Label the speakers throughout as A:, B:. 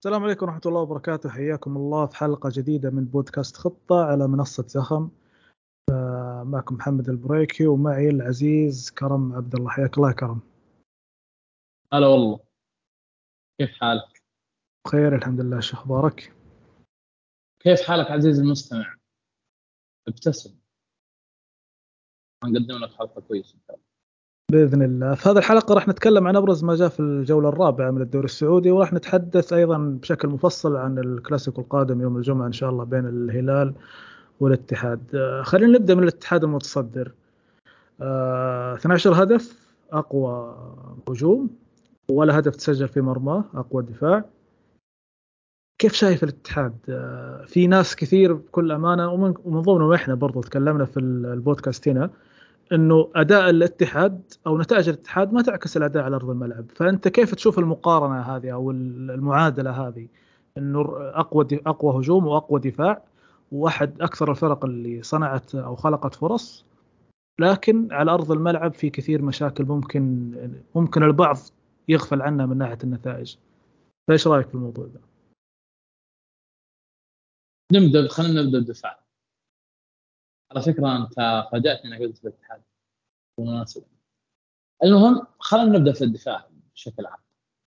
A: السلام عليكم ورحمة الله وبركاته. حياكم الله في حلقة جديدة من بودكاست خطة على منصة زخم. معكم محمد البريكي ومعي العزيز كرم عبد الله. حياك الله يا كرم.
B: هلا والله. كيف حالك؟
A: بخير الحمد لله. شو أخبارك؟
B: كيف حالك عزيزي المستمع؟ ابتسم. هنقدم لك حلقة كويسة إن شاء الله.
A: بإذن الله. في هذه الحلقة راح نتكلم عن أبرز ما جاء في الجولة الرابعة من الدوري السعودي، وراح نتحدث أيضا بشكل مفصل عن الكلاسيكو القادم يوم الجمعة إن شاء الله بين الهلال والاتحاد. خلينا نبدأ من الاتحاد المتصدر. 12 هدف، أقوى هجوم، ولا هدف تسجل في مرماه، أقوى دفاع. كيف شايف الاتحاد؟ في ناس كثير بكل أمانة ومن ضمنهم إحنا برضو تكلمنا في البودكاست هنا إنه أداء الاتحاد أو نتائج الاتحاد ما تعكس الأداء على أرض الملعب. فأنت كيف تشوف المقارنة هذه أو المعادلة هذه، إنه أقوى هجوم وأقوى دفاع، وواحد أكثر الفرق اللي صنعت أو خلقت فرص، لكن على أرض الملعب في كثير مشاكل ممكن البعض يغفل عنها من ناحية النتائج. فإيش رأيك في الموضوع ده؟
B: خلينا نبدأ بالدفاع. على فكرة أنت فاجأتني أنا قلت الاتحاد بالمناسبة. المهم خلينا نبدأ في الدفاع بشكل عام.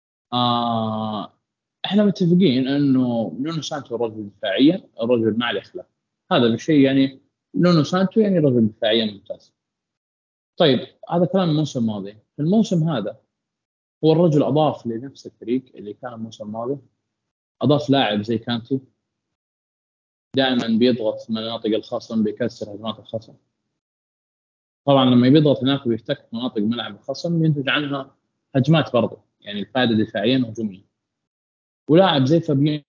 B: احنا متفقين انه نونو سانتو رجل دفاعيا، رجل ما عليه خلاف. هذا بشيء يعني. نونو سانتو يعني رجل دفاعيا ممتاز. طيب، هذا كلام الموسم الماضي. في الموسم هذا هو الرجل اضاف لنفس الفريق اللي كان الموسم الماضي، اضاف لاعب زي كانتي دائما بيضغط مناطق الخصم، بيكسر هجمات الخصم. طبعا لما بيضغط هناك ويفتك مناطق ملعب الخصم ينتج عنها هجمات برضه، يعني الفائده دفاعيا وهجوميا. ولاعب زي فابينho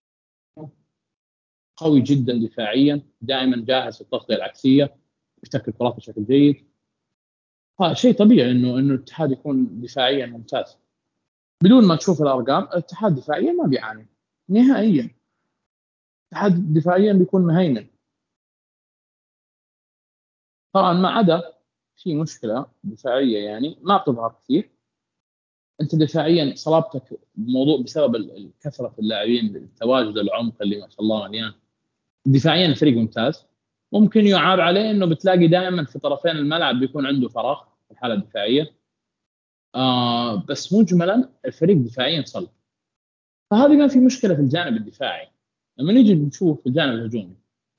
B: قوي جدا دفاعيا، دائما جاهز في التغطيه العكسيه، يفتك الكرات بشكل جيد. شيء طبيعي انه الاتحاد يكون دفاعيا ممتاز. بدون ما تشوف الارقام، الاتحاد دفاعيا ما بيعاني نهائيا. الاتحاد دفاعيا بيكون مهيمن. طبعا ما عدا في مشكله دفاعيه يعني ما بتظهر كثير. انت دفاعيا صلابتك بموضوع بسبب كثره اللاعبين، التواجد، العمق اللي ما شاء الله مليان. دفاعيا الفريق ممتاز. ممكن يعاب عليه انه بتلاقي دائما في طرفين الملعب بيكون عنده فراغ في الحاله الدفاعيه. بس مجملا الفريق دفاعيا صلب. فهذه ما في مشكله في الجانب الدفاعي. لما نيجي نشوف في الجانب الهجومي،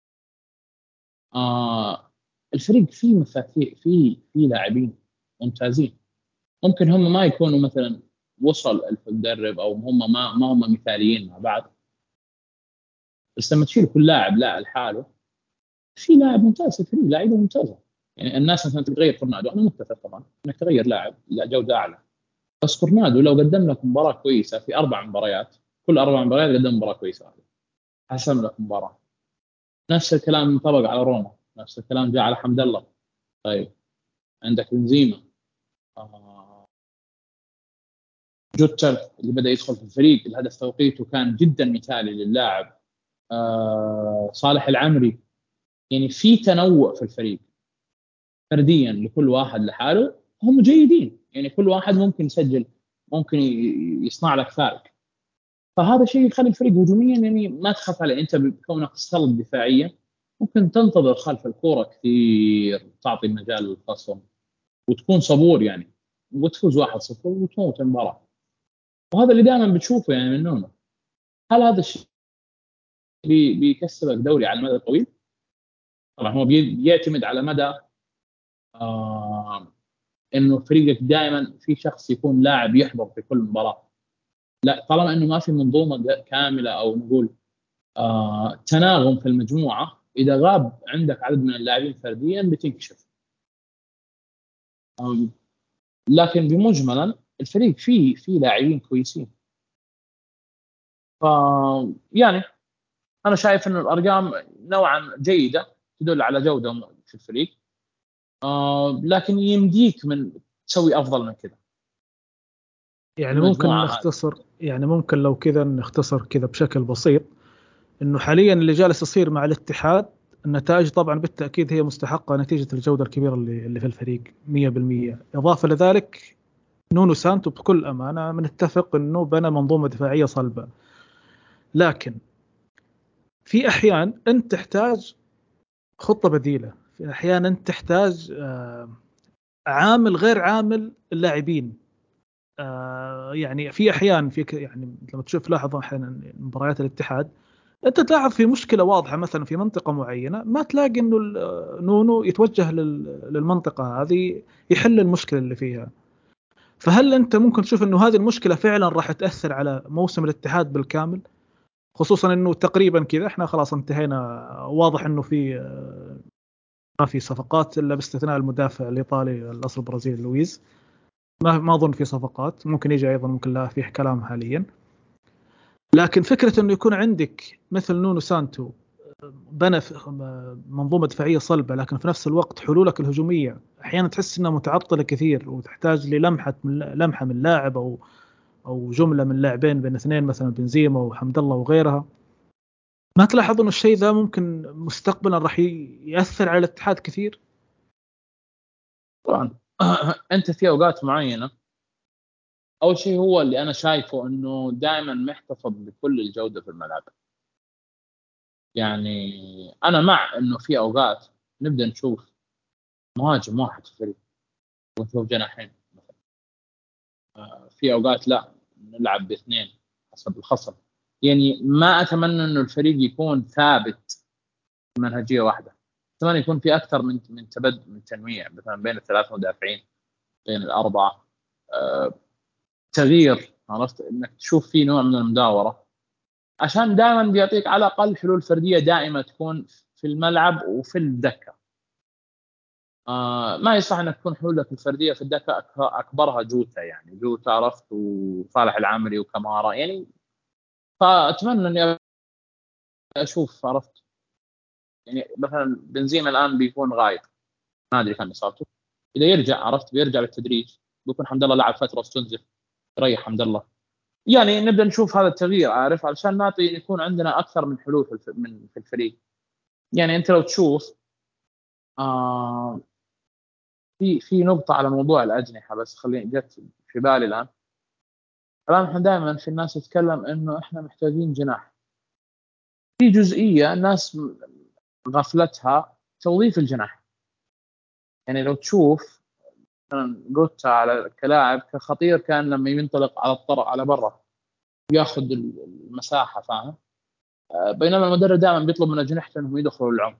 B: الفريق فيه مفاتيح، فيه لاعبين ممتازين. ممكن هم ما يكونوا مثلا وصل المدرب او هم ما هم مثاليين مع بعض، بس لما تشيل كل لاعب لا لحاله، في لاعب ممتاز في الفريق، لاعيبه ممتازه. يعني الناس مثلا تغير كورنادو، انا متفق طبعا انك تغير لاعب لا جوده اعلى، بس كورنادو لو قدم لك مباراه كويسه في 4 مباريات، كل 4 مباريات قدم مباراه كويسه، حسم لك مباراه. نفس الكلام ينطبق على روما، نفس الكلام جاء على حمد الله. طيب، عندك بنزيما، آه، جوتر اللي بدأ يدخل في الفريق، الهدف توقيته كان جدا مثالي للاعب. صالح العمري. يعني في تنوع في الفريق، فرديا لكل واحد لحاله هم جيدين، يعني كل واحد ممكن يسجل، ممكن يصنع لك فارق. فهذا شيء يخلي الفريق هجوميا يعني ما تخاف عليه. انت بكونك صلب دفاعيا ممكن تنتظر خلف الكوره كثير، تعطي مجال للخصم وتكون صبور يعني، وتفوز 1-0 وتموت المباراه. وهذا اللي دائما بتشوفه يعني من نونو. هل هذا الشيء بيكسبك دوري على المدى الطويل؟ طبعا هو بيعتمد على مدى آه انه فريقك دائما في شخص يكون لاعب يحضر في كل مباراه. لا، طالما انه ما في منظومه كامله او نقول تناغم في المجموعه، اذا غاب عندك عدد من اللاعبين فرديا بتنكشف. لكن بمجملا الفريق فيه لاعبين كويسين. ف يعني انا شايف ان الارقام نوعا جيده تدل على جوده في الفريق. لكن يمديك من تسوي افضل من كذا
A: يعني ممكن
B: المجموعه هذه.
A: نختصر، يعني ممكن لو كذا نختصر كذا بشكل بسيط، انه حاليا اللي جالس يصير مع الاتحاد النتائج طبعا بالتاكيد هي مستحقه نتيجه الجوده الكبيره اللي في الفريق 100%. اضافه لذلك نونو سانتو بكل امانه بنتفق انه بنى منظومه دفاعيه صلبه. لكن في أحيان أنت تحتاج خطة بديلة، في أحيان أنت تحتاج عامل غير عامل اللاعبين. يعني في أحيان يعني لما تشوف لاحظ أحيانا مباريات الاتحاد، أنت تلاحظ في مشكلة واضحة مثلا في منطقة معينة، ما تلاقي إنه نونو يتوجه للمنطقة هذه يحل المشكلة اللي فيها. فهل أنت ممكن تشوف إنه هذه المشكلة فعلا راح تأثر على موسم الاتحاد بالكامل، خصوصا إنه تقريبا كذا إحنا خلاص انتهينا، واضح إنه في ما في صفقات إلا باستثناء المدافع الإيطالي الأصل البرازيلي لويز، ما أظن في صفقات، ممكن يجي أيضا، ممكن لا، فيه كلام حاليا. لكن فكرة إنه يكون عندك مثل نونو سانتو بنى منظومة دفاعية صلبة، لكن في نفس الوقت حلولك الهجومية أحيانا تحس إنها متعطلة كثير، وتحتاج لمحة من لاعب أو جملة من لاعبين بين اثنين، مثلا بنزيما وحمد الله وغيرها. ما تلاحظ إنه الشيء ذا ممكن مستقبلا راح يأثر على الاتحاد كثير؟
B: طبعا. انت في اوقات معينه، اول شيء هو اللي انا شايفه انه دائما محتفظ بكل الجوده في الملعب. يعني انا مع انه في اوقات نبدا نشوف مهاجم واحد في الفريق ونشوف جناحين مثلا. في اوقات لا، نلعب باثنين حسب الخصم. يعني ما اتمنى انه الفريق يكون ثابت منهجيه واحده. اتمنى يكون في اكثر من تنويع، مثلا بين الثلاث مدافعين، بين الاربعه. تغيير، عرفت، انك تشوف في نوع من المداوره، عشان دائما بيعطيك على الاقل حلول فرديه دائمه تكون في الملعب وفي الدكه. ما يصح انك تكون حلولك الفرديه في الدكه اكبرها جوتا، يعني جوتا عرفت، وصالح العامري وكمارا يعني. فاتمنى اني اشوف، عرفت، يعني مثلا بنزيما الان بيكون غايب، ما ادري كان اصابته. اذا يرجع، عرفت، بيرجع بالتدريج، بيكون حمد الله لعب فتره واستنزف، ريح حمد الله. يعني نبدا نشوف هذا التغيير، عارف، علشان نعطي يكون عندنا اكثر من حلول في الفريق. يعني انت لو تشوف، آه في نقطه على موضوع الاجنحه، بس خليني جت في بالي الان. الان احنا دائما في الناس تتكلم انه احنا محتاجين جناح. في جزئيه الناس غفلتها، توظيف الجناح. يعني لو تشوف مثلا جوتا على كلاعب كخطير، كان لما ينطلق على الطرق على برا ياخذ المساحه، فاهم. بينما المدرب دائما بيطلب من اجنحته انهم يدخلوا العمق.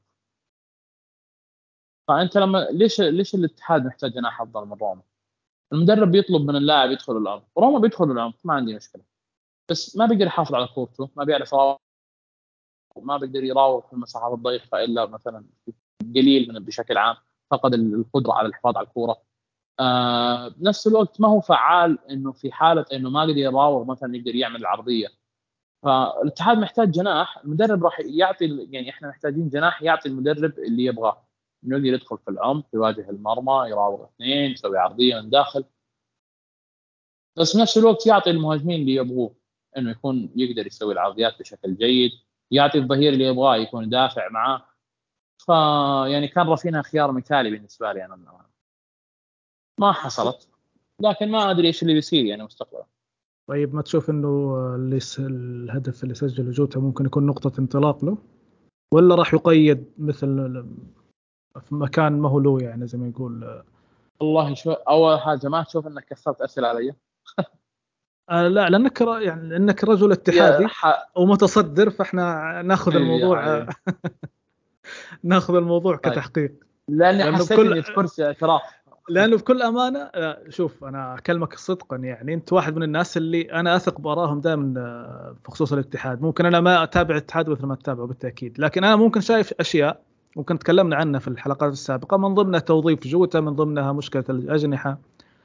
B: فانت لما ليش الاتحاد محتاج جناح افضل من روما؟ المدرب بيطلب من اللاعب يدخل العمق، روما بيدخل العمق، ما عندي مشكله، بس ما بيقدر يحافظ على كورته، ما بيعرف يراوغ، ما بيقدر يراوغ في المساحات الضيقه الا مثلا قليل بشكل عام. فقد القدره على الحفاظ على الكوره. بنفس الوقت ما هو فعال، انه في حاله انه ما قدر يراوغ مثلا يقدر يعمل العرضيه. فالاتحاد محتاج جناح، المدرب راح يعطي، يعني احنا محتاجين جناح يعطي المدرب اللي يبغاه، انه يقدر يدخل في العمق، يواجه المرمى، يراوغ اثنين، يسوي عرضيه من داخل، بس في نفس الوقت يعطي المهاجمين اللي يبغوه، انه يكون يقدر يسوي العرضيات بشكل جيد، يعطي الظهير اللي يبغاه يكون يدافع معاه. يعني كان رافينها خيار مثالي بالنسبه لي انا. ما حصلت، لكن ما ادري ايش اللي بيصير يعني مستقبلا.
A: طيب ما تشوف انه الهدف اللي سجله جوتا ممكن يكون نقطة انطلاق له، ولا راح يقيد مثل في مكان ما هو له، يعني زي ما يقول؟
B: والله شو، اول حاجه ما تشوف انك كثرت اسئله علي؟
A: لا، لانك يعني لانك رجل
B: يا
A: اتحادي ومتصدر، فاحنا ناخذ
B: حبيبي يا
A: الموضوع
B: حبيبي.
A: ناخذ الموضوع
B: طيب،
A: كتحقيق.
B: لاني
A: لانه
B: حسيت
A: بكل
B: اني في كرسي اعتراف.
A: لانه بكل امانه، شوف انا اكلمك صدقا، يعني انت واحد من الناس اللي انا اثق باراهم دائما بخصوص الاتحاد. ممكن انا ما اتابع الاتحاد مثل ما تتابعه بالتاكيد، لكن انا ممكن شايف اشياء ممكن تكلمنا عنها في الحلقات السابقه، من ضمنها توظيف جوتا، من ضمنها مشكله الاجنحه.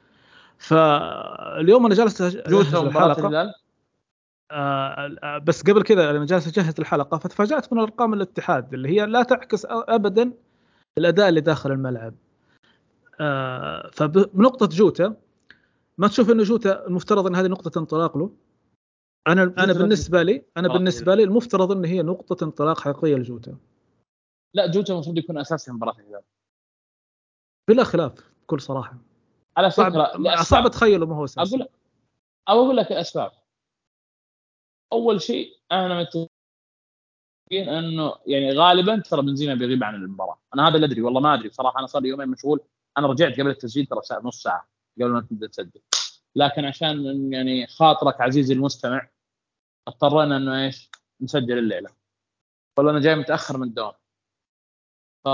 A: فاليوم انا جالس
B: جوتا
A: اجهز
B: مباراه
A: للحلقه،
B: الهلال.
A: بس قبل كذا انا جالس اجهز الحلقه، فتفاجات من ارقام الاتحاد اللي هي لا تعكس ابدا الاداء اللي داخل الملعب. فبنقطه جوتا، ما تشوف انه جوتا المفترض ان هذه نقطه انطلاق له؟ انا
B: جوتا بدري
A: بالنسبه لي انا
B: مباراه
A: بالنسبه
B: الهلال.
A: لي المفترض ان هي نقطه انطلاق حقيقيه لجوتا،
B: لا، جوتا المفروض يكون اساسي في مباراه الهلال،
A: بلا خلاف، بكل صراحه.
B: على
A: صعب
B: فكره
A: صعب
B: لاسباب.
A: اتخيله ما هو اساسي.
B: اقول او اقول لك الاسباب. اول شيء انا متفقين انه يعني غالبا ترى بنزيما بيغيب عن المباراه. انا هذا اللي ادري، والله ما ادري بصراحه، انا صار لي يومين مشغول. انا رجعت قبل التسجيل ترى ساعه، نص ساعه قبل ما تبدا تسجل. لكن عشان يعني خاطرك عزيزي المستمع، اضطرينا انه ايش نسجل الليله، والله انا جاي متاخر من الدوام. ف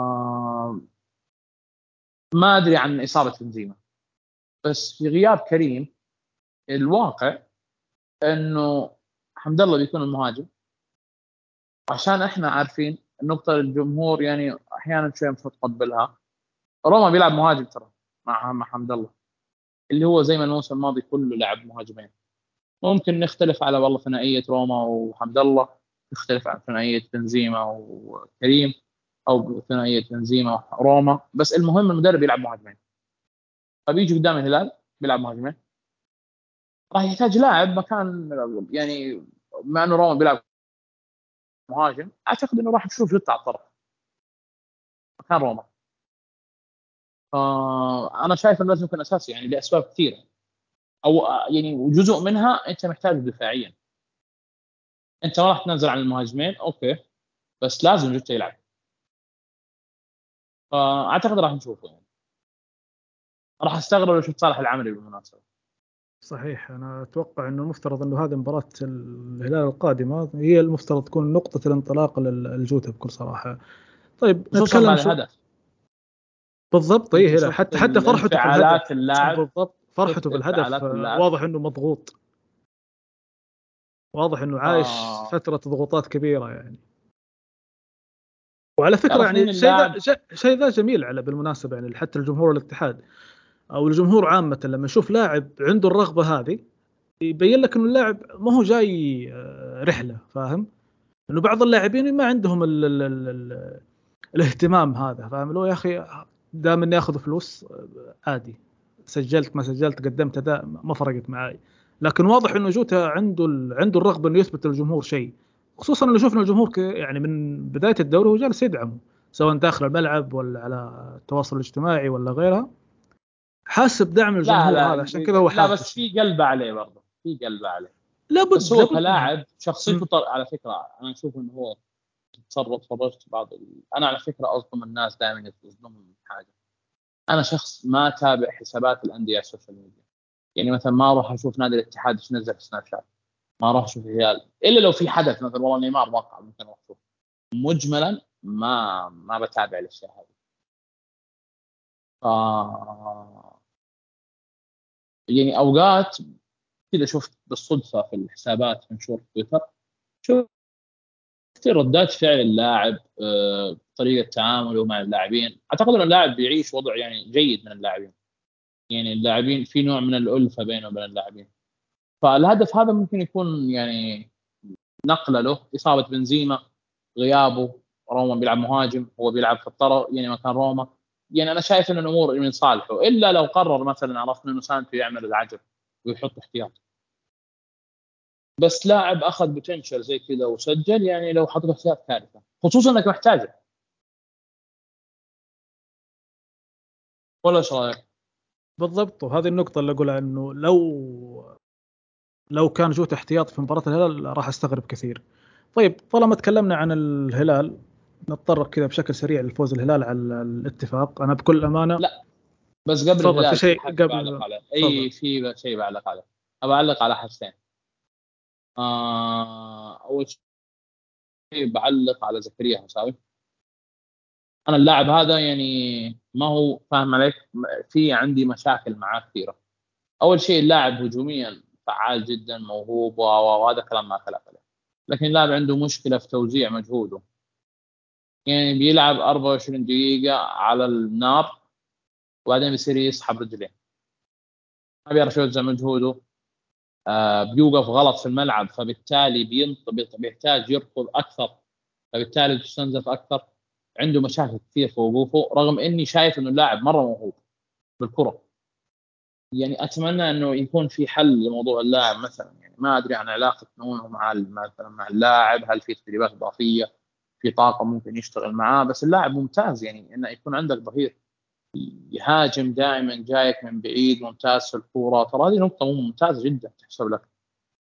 B: ما ادري عن اصابه بنزيما، بس في غياب كريم الواقع انه حمد الله بيكون المهاجم. عشان احنا عارفين النقطه الجمهور يعني احيانا شويه مش متقبلها، روما بيلعب مهاجم ترى مع حمد الله، اللي هو زي ما الموسم الماضي كله لعب مهاجمين. ممكن نختلف على والله ثنائيه روما وحمد الله، نختلف عن ثنائيه بنزيما وكريم، او ثنائيه بنزيما وروما، بس المهم المدرب يلعب مهاجمين. فبيجي قدام الهلال بيلعب مهاجمين، راح يحتاج لاعب مكان يعني. مع انه روما بيلعب مهاجم، اعتقد انه راح نشوف جوتا على الطرف مكان روما. فانا شايف انه لازم يكون اساسي يعني لاسباب كثيره، او يعني وجزء منها انت محتاج دفاعيا. انت ما راح تنزل عن المهاجمين اوكي، بس لازم جوتا يلعب. فاعتقد راح نشوفه يعني. راح استغرب لو شفت صالح العمري بالمناسبه.
A: صحيح، انا اتوقع انه المفترض انه هذه مباراه الهلال القادمه هي المفترض تكون نقطه الانطلاق للجوتا بكل صراحه. طيب
B: خصوصا مع
A: نتكلم شو
B: الهدف.
A: بالضبط.
B: انت
A: ايه لا،
B: شفت
A: حتى فرحته في الهدف.
B: الانفعالات اللاعب.
A: بالضبط، فرحته
B: شفت
A: في الهدف
B: انفعالات اللاعب.
A: واضح انه مضغوط، واضح انه عايش
B: آه
A: فتره ضغوطات كبيره يعني. وعلى فكره
B: تعرف
A: يعني
B: مين اللاعب؟
A: شيء ذا جميل على بالمناسبه يعني حتى الجمهور الاتحاد او الجمهور عامه لما يشوف لاعب عنده الرغبه هذه، يبين لك انه اللاعب ما هو جاي رحله، فاهم؟ انه بعض اللاعبين ما عندهم ال الاهتمام هذا، فاهم؟ لو يا اخي دام اني اخذ فلوس عادي، سجلت ما سجلت قدمت اداء ما فرقت معي. لكن واضح انه جوتا عنده الرغبه انه يثبت للجمهور شيء، خصوصا انه شفنا الجمهور يعني من بدايه الدوري هو جالس يدعمه، سواء داخل الملعب ولا على التواصل الاجتماعي ولا غيرها. حاسب دعم
B: لا
A: الجمهور
B: لا
A: هذا عشان كذا هو
B: لا،
A: حاب
B: بس
A: الشيء.
B: في قلبه عليه برضه، في قلبه عليه. بس
A: لابد
B: هو
A: لابد منها.
B: كلاعب شخصيته على فكره انا اشوف انه هو تصرف فرجت انا على فكره اصدم الناس دائما يصدمهم من حاجه. انا شخص ما اتابع حسابات الانديه على السوشيال ميديا. يعني مثلا ما اروح اشوف نادي الاتحاد ايش نزل في سناب شات، ما اروح اشوف الهلال الا لو في حدث مثلا والله نيمار وقع ممكن اروح اشوف. مجملا ما بتابع الاشياء هذه. ف يعني اوقات كذا شفت بالصدفه في الحسابات منشور في تويتر، شفت ردات فعل اللاعب، طريقه تعامله مع اللاعبين. اعتقد ان اللاعب بيعيش وضع يعني جيد من اللاعبين، يعني اللاعبين في نوع من الالفه بينه وبين اللاعبين. فالهدف هذا ممكن يكون يعني نقله له اصابه بنزيما، غيابه، روما بيلعب مهاجم هو بيلعب في الطرف يعني مكان روما. يعني انا شايف ان الامور من صالحه، الا لو قرر مثلا عرفنا انه سانتو يعمل العجب ويحط احتياط. بس لاعب اخذ بوتنشل زي كذا وسجل، يعني لو حطيته احتياط كارثه، خصوصا انك محتاجه. ولا ايش رايك؟
A: بالضبط، وهذه النقطة اللي أقولها إنه لو كان جوته احتياط في مباراة الهلال راح استغرب كثير. طيب طالما تكلمنا عن الهلال، نتطرق كذا بشكل سريع لفوز الهلال على الاتفاق. أنا بكل أمانة.
B: لا، بس قبل
A: تفضل، في
B: الهلال في
A: شيء
B: حاجه بعلق
A: قبل؟
B: عليه،
A: تفضل.
B: اي في شيء بعلق عليه. بعلق على حاجتين. اول شيء بعلق على زكريا مساوي. انا اللاعب هذا يعني ما هو فاهم عليك، في عندي مشاكل معاه كثيره. اول شيء اللاعب هجوميا فعال جدا موهوب وهذا كلام ما خلاف عليه. لكن اللاعب عنده مشكله في توزيع مجهوده. يعني بيلعب 24 دقيقه على النار وبعدين بيصير يسحب رجليه، ما بيعرف يوزع مجهوده. بيوقف غلط في الملعب، فبالتالي بيحتاج يركض اكثر، فبالتالي تستنزف اكثر. عنده مشاكل كثير في وقوفه، رغم اني شايف انه اللاعب مره موهوب بالكره. يعني اتمنى انه يكون في حل لموضوع اللاعب مثلا. يعني ما ادري عن علاقه نونو مثلا مع اللاعب، هل في تدريبات اضافيه، في طاقم ممكن يشتغل معاه. بس اللاعب ممتاز، يعني انه يكون عندك ظهير يهاجم دائما جايك من بعيد، ممتاز في الكوره، ترى هذه نقطه ممتازه جدا تحسب لك.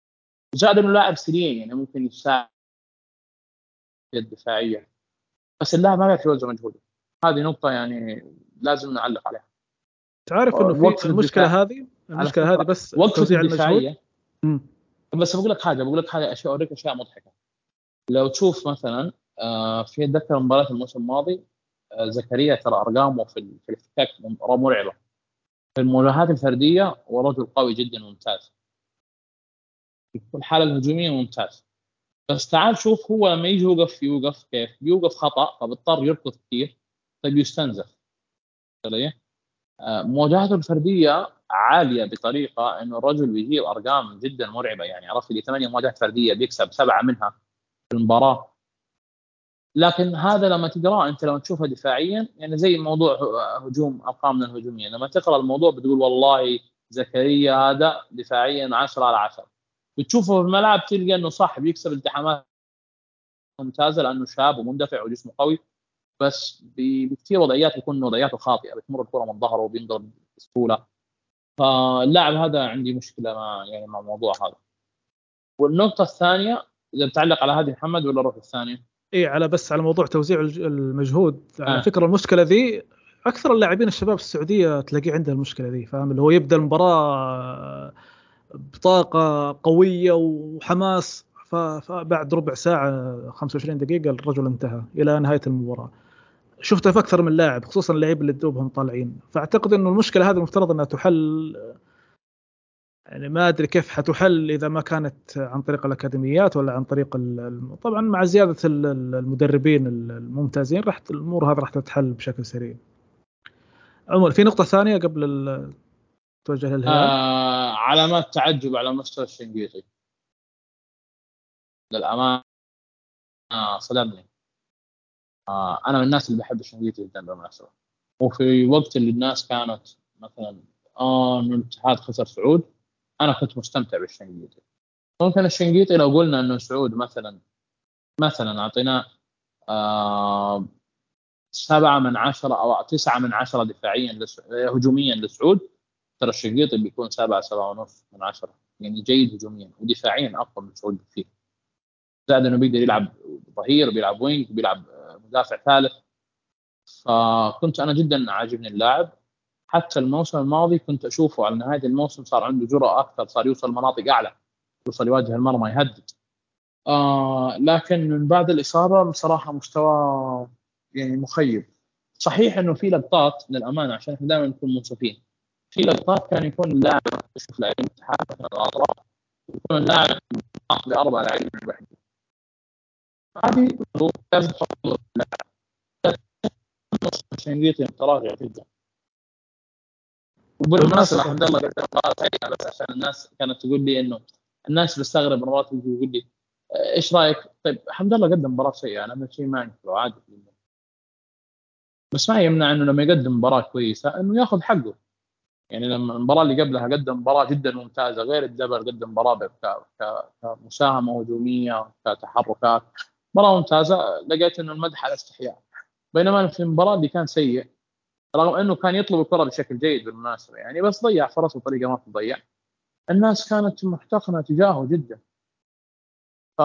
B: زائد انه لاعب سريع يعني ممكن يساعد الدفاعيه، بس اللاعب ما بيعرف يوزع مجهوده. هذه نقطه يعني لازم نعلق عليها.
A: تعرف انه في
B: وقف الدفاع على
A: المشكله هذه
B: فكره،
A: بس
B: وقفه
A: توزيع المجهود.
B: الدفاعيه. بس بقول لك حاجه اشياء، اوريك اشياء مضحكه. لو تشوف مثلا في اتذكر مباراه الموسم الماضي، زكريا ترى ارقامه في الافتكاك مرعبه. في المواجهات الفرديه ورجل قوي جدا وممتاز، في الحاله الهجوميه ممتاز. بس تعال شوف هو لما يجي يوقف كيف بيوقف خطا، فبيضطر يركض كثير، طيب يستنزف عليه. مواجهاته الفرديه عاليه بطريقه انه الرجل بيجيب ارقام جدا مرعبه. يعني عرفت لي 8 مواجهات فرديه بيكسب 7 منها في المباراه. لكن هذا لما تقراه انت، لما تشوفه دفاعيا يعني زي موضوع هجوم، ارقامنا الهجوميه، لما تقرا الموضوع بتقول والله زكريا هذا دفاعيا 10 على 10. بتشوفه في الملعب تلقى انه صح بيكسب التحامات ممتازه لانه شاب ومندفع وجسمه قوي، بس بكثير وضعيات يكون وضعياته خاطئه، بتمر الكره من ظهره وبينضرب بسهوله. فاللاعب هذا عندي مشكله مع يعني مع الموضوع هذا. والنقطه الثانيه، اذا بتعلق على هذه محمد ولا نروح الثانيه؟
A: اي، على بس على موضوع توزيع المجهود، على
B: آه.
A: فكره المشكله ذي اكثر اللاعبين الشباب السعوديه تلاقيه عنده المشكله ذي، فاهم؟ اللي هو يبدا المباراه بطاقه قويه وحماس، فبعد ربع ساعه 25 دقيقه الرجل انتهى الى نهايه المباراه. شفتها في اكثر من لاعب، خصوصا اللعيبه اللي دوبهم طالعين. فاعتقد انه المشكله هذه المفترض انها تحل، يعني ما ادري كيف حتحل اذا ما كانت عن طريق الاكاديميات ولا عن طريق طبعا مع زياده المدربين الممتازين راح الامور هذه راح تتحل بشكل سريع. عموما في نقطه ثانيه قبل توجه للهلال.
B: علامات تعجب على مستوى الشنقيطي للامانه. صدمني. انا من الناس اللي بحب الشنقيطي جدا بالمناسبه. وفي وقت اللي الناس كانت مثلا انه الاتحاد خسر سعود، انا كنت مستمتع بالشنقيطي. ممكن الشنقيطي لو قلنا انه سعود مثلا اعطيناه 7 من 10 أو 9 من 10 دفاعيا هجوميا لسعود، ترى الشنقيطي بيكون 7 7.5 من 10. يعني جيد هجوميا ودفاعيا أقوى من سعود بكثير. زائد إنه بيقدر يلعب ظهير، بيلعب وينج، بيلعب مدافع ثالث. فكنت أنا جدا عاجبني اللاعب. حتى الموسم الماضي كنت أشوفه على نهاية الموسم صار عنده جرأة أكثر، صار يوصل مناطق أعلى، يوصل يواجه المرمى يهدد. لكن من بعد الإصابة بصراحة مستوى يعني مخيب. صحيح إنه في لقطات للأمانة، عشان إحنا دائما نكون منصفين، في لقطات كان يكون اللاعب تشوف لاعبين الاتحاد مثلا الأطراف، يكون اللاعب ب4 لاعبين لوحده. هذه ظروف لازم تفضل الشنقيطي متراجع جدا. وبالمناسبة
A: بالمناسبه
B: عبد الله قدم مباراة سيئة، بس عشان الناس كانت تقول لي إنه الناس بتستغرب مرات يجي يقول لي ايش رايك؟ طيب حمد الله قدم مباراه سيئه، انا هذا شيء ما انكره عادي، بس ما يمنع انه لما يقدم مباراه كويسه انه ياخذ حقه. يعني لما المباراه اللي قبلها قدم مباراه جدا ممتازه، غير الجبل قدم مباراه كمساهمه هجوميه، كتحركات، مباراه ممتازه. لقيت انه المدح على استحياء. بينما في المباراه اللي كان سيء، رغم انه كان يطلب الكره بشكل جيد بالمناسبه يعني، بس ضيع فرص بطريقه ما تضيع. الناس كانت محتقنه تجاهه جدا. ف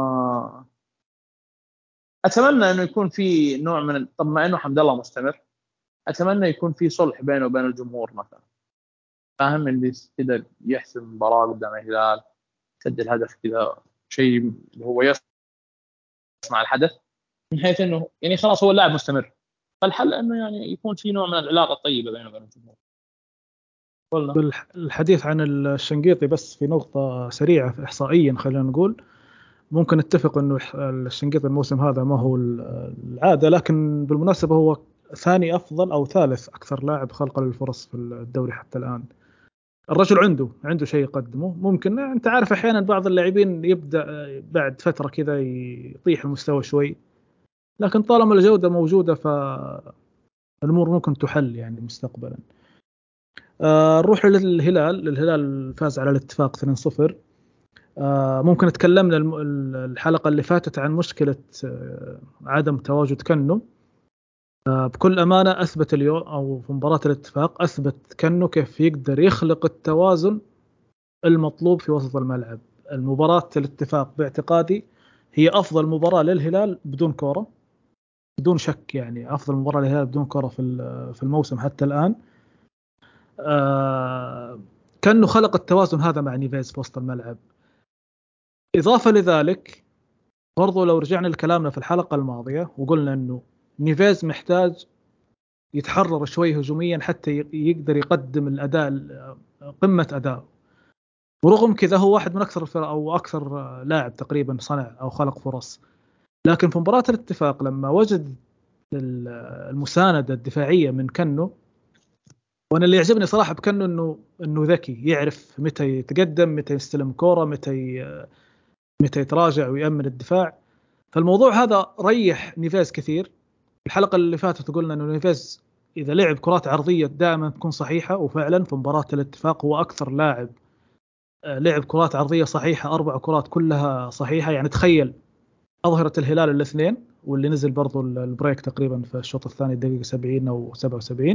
B: اتمنى انه يكون في نوع من طب ما انه حمد الله مستمر، اتمنى يكون في صلح بينه وبين الجمهور مثلا، فاهم؟ اللي كذا يحسم مباراه قدام الهلال، سجل هدف كذا، شيء اللي هو يصنع الحدث، من حيث انه يعني خلاص هو اللاعب مستمر. فالحل انه يعني يكون في نوع من العلاقه الطيبه بينه وبين الجمهور. والله
A: بالحديث عن الشنقيطي بس في نقطه سريعه احصائيا خلينا نقول، ممكن نتفق انه الشنقيطي الموسم هذا ما هو العاده، لكن بالمناسبه هو ثاني افضل او ثالث اكثر لاعب خلقا للفرص في الدوري حتى الان. الرجل عنده شيء يقدمه. ممكن انت عارف احيانا بعض اللاعبين يبدا بعد فتره كذا يطيح المستوى شوي، لكن طالما الجوده موجوده فالامور ممكن تحل يعني مستقبلا. نروح للهلال فاز على الاتفاق 2-0. ممكن تكلمنا الحلقة اللي فاتت عن مشكلة عدم تواجد كنو. بكل أمانة أثبت اليوم أو في مباراة الاتفاق أثبت كنو كيف يقدر يخلق التوازن المطلوب في وسط الملعب. المباراة الاتفاق باعتقادي هي أفضل مباراة للهلال بدون كورة، بدون شك يعني أفضل مباراة للهلال بدون كورة في الموسم حتى الآن. كأنه خلق التوازن هذا مع نيفيز في وسط الملعب. إضافة لذلك برضو لو رجعنا لكلامنا في الحلقة الماضية وقلنا أنه نيفيز محتاج يتحرر شوي هجوميا حتى يقدر يقدم الأداء قمة أداء، ورغم كذا هو واحد من أكثر الفرق أو أكثر لاعب تقريبا صنع أو خلق فرص. لكن في مباراة الاتفاق لما وجد المساندة الدفاعية من كنو، وانا اللي يعجبني صراحه بكنو انه ذكي، يعرف متى يتقدم، متى يستلم كوره، متى يتراجع ويأمن الدفاع. فالموضوع هذا ريح نيفيز كثير. الحلقه اللي فاتت قلنا انه نيفيز اذا لعب كرات عرضيه دائما تكون صحيحه، وفعلا في مباراه الاتفاق هو اكثر لاعب لعب كرات عرضيه صحيحه، 4 كرات كلها صحيحه. يعني تخيل اظهره الهلال الاثنين واللي نزل برضو البريك تقريبا في الشوط الثاني دقيقه 70 او 77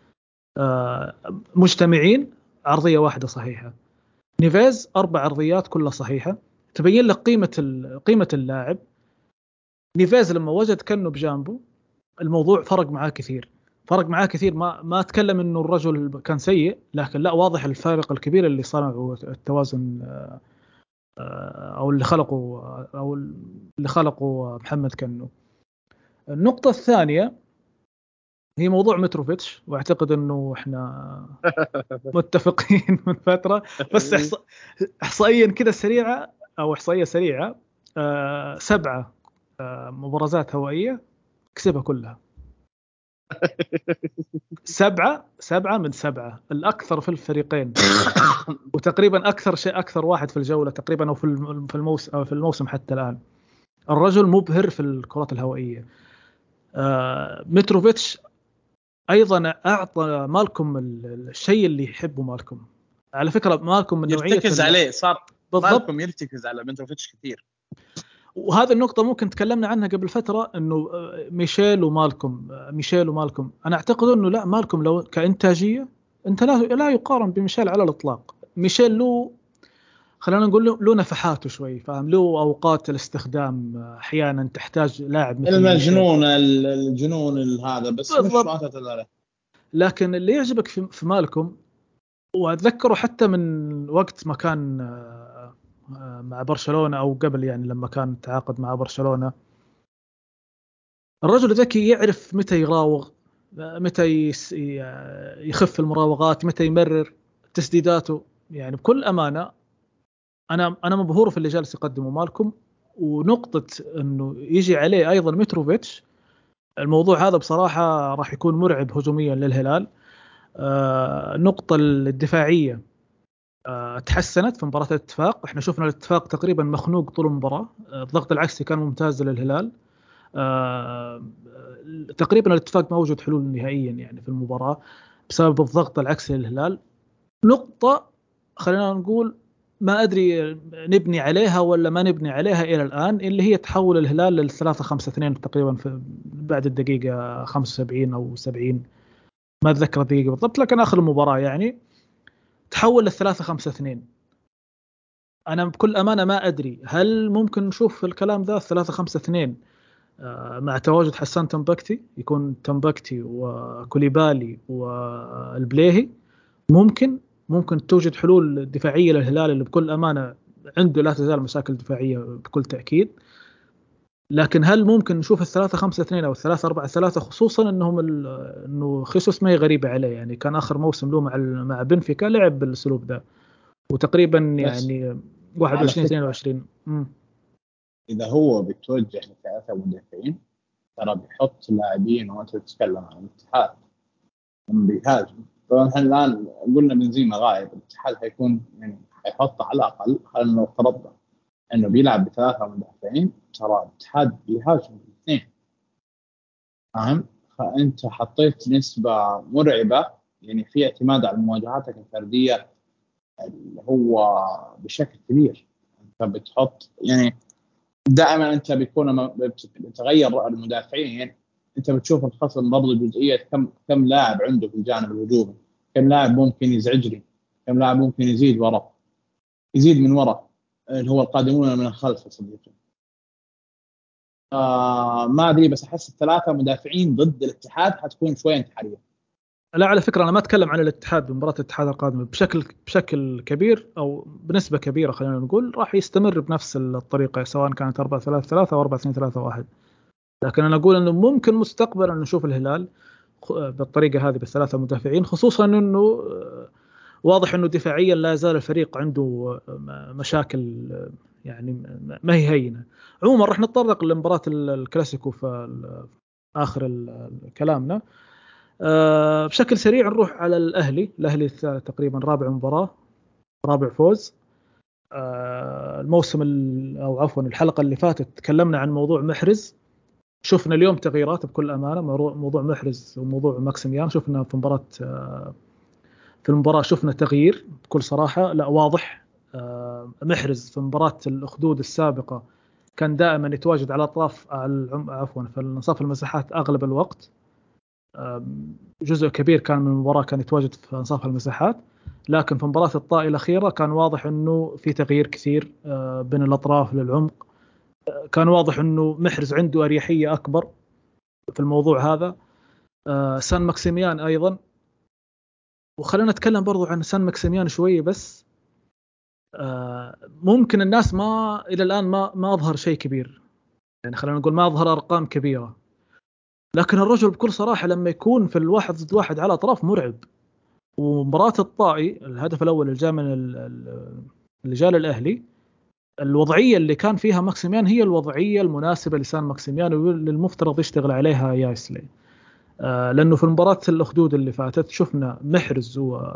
A: مجتمعين عرضية واحدة صحيحة. نيفيز 4 عرضيات كلها صحيحة، تبين لك قيمة اللاعب. نيفيز لما وجد كنو بجانبه الموضوع فرق معاه كثير، فرق معاه كثير. ما أتكلم إنه الرجل كان سيء، لكن لا، واضح الفارق الكبير اللي صنعه التوازن أو اللي خلقه محمد كنو. النقطة الثانية هي موضوع متروفيتش، واعتقد انه احنا متفقين من فترة. بس احصائيا كده سريعة او احصائية سريعة، 7 مبارزات هوائية كسبها كلها. 7 من 7، الأكثر في الفريقين، وتقريبا أكثر واحد في الجولة تقريبا، أو في الموسم حتى الآن. الرجل مبهر في الكرات الهوائية. متروفيتش ايضا اعطى مالكم الشيء اللي يحبه مالكم. على فكره مالكم من نوعيه
B: يرتكز عليه، صار
A: بالضبط
B: مالكم يرتكز على متروفيتش كثير.
A: وهذه النقطه ممكن تكلمنا عنها قبل فتره، انه ميشيل ومالكم انا اعتقد انه لا، مالكم لو كانتاجيه انت لا يقارن بميشيل على الاطلاق. ميشيل خلينا نقول له نفحاته شوي، فاهم، له اوقات الاستخدام احيانا تحتاج لاعب مثل ميشيل.
B: الجنون هذا، بس مش
A: بالضبط.
B: فاتت ذلك.
A: لكن اللي يعجبك في مالكم، واتذكره حتى من وقت ما كان مع برشلونة او قبل، يعني لما كان تعاقد مع برشلونة، الرجل ذكي، يعرف متى يراوغ، متى يخف المراوغات، متى يمرر تسديداته. يعني بكل امانة انا مبهور في اللي جالس يقدمه مالكم. ونقطة انه يجي عليه ايضا متروفيتش، الموضوع هذا بصراحة راح يكون مرعب هجوميا للهلال. النقطة الدفاعية تحسنت في مباراة الاتفاق. احنا شفنا الاتفاق تقريبا مخنوق طول المباراة، الضغط العكسي كان ممتاز للهلال. تقريبا الاتفاق ما وجد حلول نهائيا يعني في المباراة بسبب الضغط العكسي للهلال. نقطة خلينا نقول ما أدري نبني عليها ولا ما نبني عليها إلى الآن، اللي هي تحول الهلال لل 3-5-2 تقريبا بعد الدقيقة 75 أو 70، ما أتذكر الدقيقة بالضبط، لكن آخر المباراة يعني تحول لل 3-5-2. أنا بكل أمانة ما أدري هل ممكن نشوف الكلام ذا 3-5-2 مع تواجد حسان تنبكتي، يكون تنبكتي وكوليبالي والبليهي. ممكن توجد حلول دفاعية للهلال اللي بكل أمانة عنده لا تزال مشاكل دفاعية بكل تأكيد. لكن هل ممكن نشوف 3-5-2 أو 3-4-3، خصوصا إنه خيسوس ما هي غريبة عليه، يعني كان آخر موسم له مع بنفيكا لعب بالأسلوب ذا، وتقريبا يعني 21-22.
B: اذا هو بيتوجه لثلاثه مدافعين، ترى بيحط لاعبين، وانت تتكلم عن الاتحاد بيهاجم. طبعا احنا الان قلنا بنزيما غايب، الاتحاد حيكون يعني حيحط على الاقل، خلينا لو افترضنا انه بيلعب ب3 مدافعين، ترى الاتحاد بيهاجم باثنين، فاهم؟ فانت حطيت نسبه مرعبه يعني في اعتماد على مواجهاتك الفرديه اللي هو بشكل كبير. انت بتحط يعني دائما انت بيكون بتغير المدافعين، انت بتشوف الخصم برضه جزئيه كم لاعب عنده في الجانب الهجومي، كم لاعب ممكن يزعجني، كم لاعب ممكن يزيد من ورا. اللي هو القادمون من الخلف يا صديقي. ما ادري، بس احس الثلاثه مدافعين ضد الاتحاد حتكون شويه انتحاريه.
A: لا على فكرة أنا ما أتكلم عن الاتحاد بمباراة الاتحاد القادمة، بشكل كبير أو بنسبة كبيرة خلينا نقول راح يستمر بنفس الطريقة، سواء كانت 4-3-3 أو 4-2-3-1. لكن أنا أقول أنه ممكن مستقبلا نشوف الهلال بالطريقة هذه بالثلاثة مدافعين، خصوصا أنه واضح أنه دفاعيا لا يزال الفريق عنده مشاكل، يعني ما هي هينة. عموما راح نتطرق لمباراة الكلاسيكو في آخر كلامنا. بشكل سريع نروح على الأهلي تقريبا رابع مباراة، رابع فوز. الموسم أو عفوا الحلقة اللي فاتت تكلمنا عن موضوع محرز، شفنا اليوم تغييرات بكل أمانة. موضوع محرز وموضوع ماكسيميان شفنا في المباراة شفنا تغيير بكل صراحة، لا واضح. محرز في مباراة الأخدود السابقة كان دائما يتواجد على أطراف عفوا في انصاف المساحات أغلب الوقت. جزء كبير كان من المباراة كان يتواجد في انصاف المساحات، لكن في مباراة الطائي الأخيرة كان واضح أنه في تغيير كثير بين الأطراف للعمق. كان واضح أنه محرز عنده أريحية أكبر في الموضوع هذا. سان ماكسيميان أيضا، وخلينا نتكلم برضو عن سان ماكسيميان شوية بس. ممكن الناس ما إلى الآن ما أظهر شيء كبير، يعني خلينا نقول ما أظهر أرقام كبيرة، لكن الرجل بكل صراحة لما يكون في الواحد ضد واحد على أطراف مرعب. ومباراة الطائي الهدف الأول اللي جاء من اللي جاء للأهلي، الوضعية اللي كان فيها ماكسيميان هي الوضعية المناسبة لسان ماكسيميان واللي المفترض يشتغل عليها يايسلي. لأنه في المباراة الأخدود اللي فاتت شفنا محرز